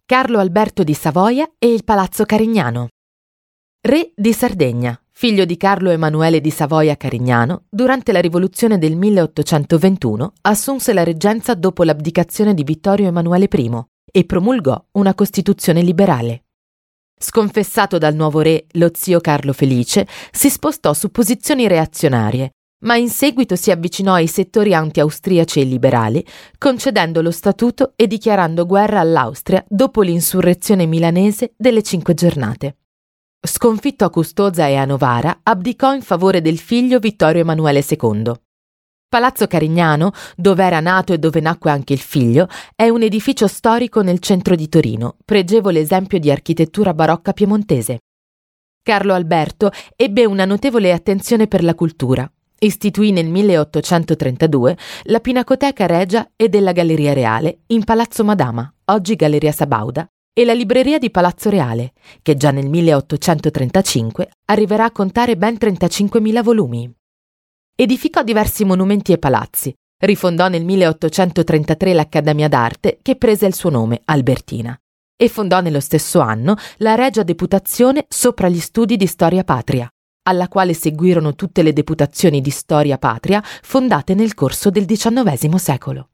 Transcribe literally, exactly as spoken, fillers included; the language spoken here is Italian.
Carlo Alberto di Savoia e il Palazzo Carignano. Re di Sardegna, figlio di Carlo Emanuele di Savoia-Carignano, durante la rivoluzione del milleottocentoventuno assunse la reggenza dopo l'abdicazione di Vittorio Emanuele I e promulgò una Costituzione liberale. Sconfessato dal nuovo re, lo zio Carlo Felice si spostò su posizioni reazionarie, ma in seguito si avvicinò ai settori anti-austriaci e liberali, concedendo lo statuto e dichiarando guerra all'Austria dopo l'insurrezione milanese delle Cinque Giornate. Sconfitto a Custoza e a Novara, abdicò in favore del figlio Vittorio Emanuele secondo. Palazzo Carignano, dove era nato e dove nacque anche il figlio, è un edificio storico nel centro di Torino, pregevole esempio di architettura barocca piemontese. Carlo Alberto ebbe una notevole attenzione per la cultura. Istituì nel milleottocentotrentadue la Pinacoteca Regia e della Galleria Reale in Palazzo Madama, oggi Galleria Sabauda, e la Libreria di Palazzo Reale, che già nel milleottocentotrentacinque arriverà a contare ben trentacinquemila volumi. Edificò diversi monumenti e palazzi, rifondò nel milleottocentotrentatré l'Accademia d'Arte che prese il suo nome, Albertina, e fondò nello stesso anno la Regia Deputazione sopra gli studi di Storia Patria, alla quale seguirono tutte le deputazioni di Storia Patria fondate nel corso del diciannovesimo secolo.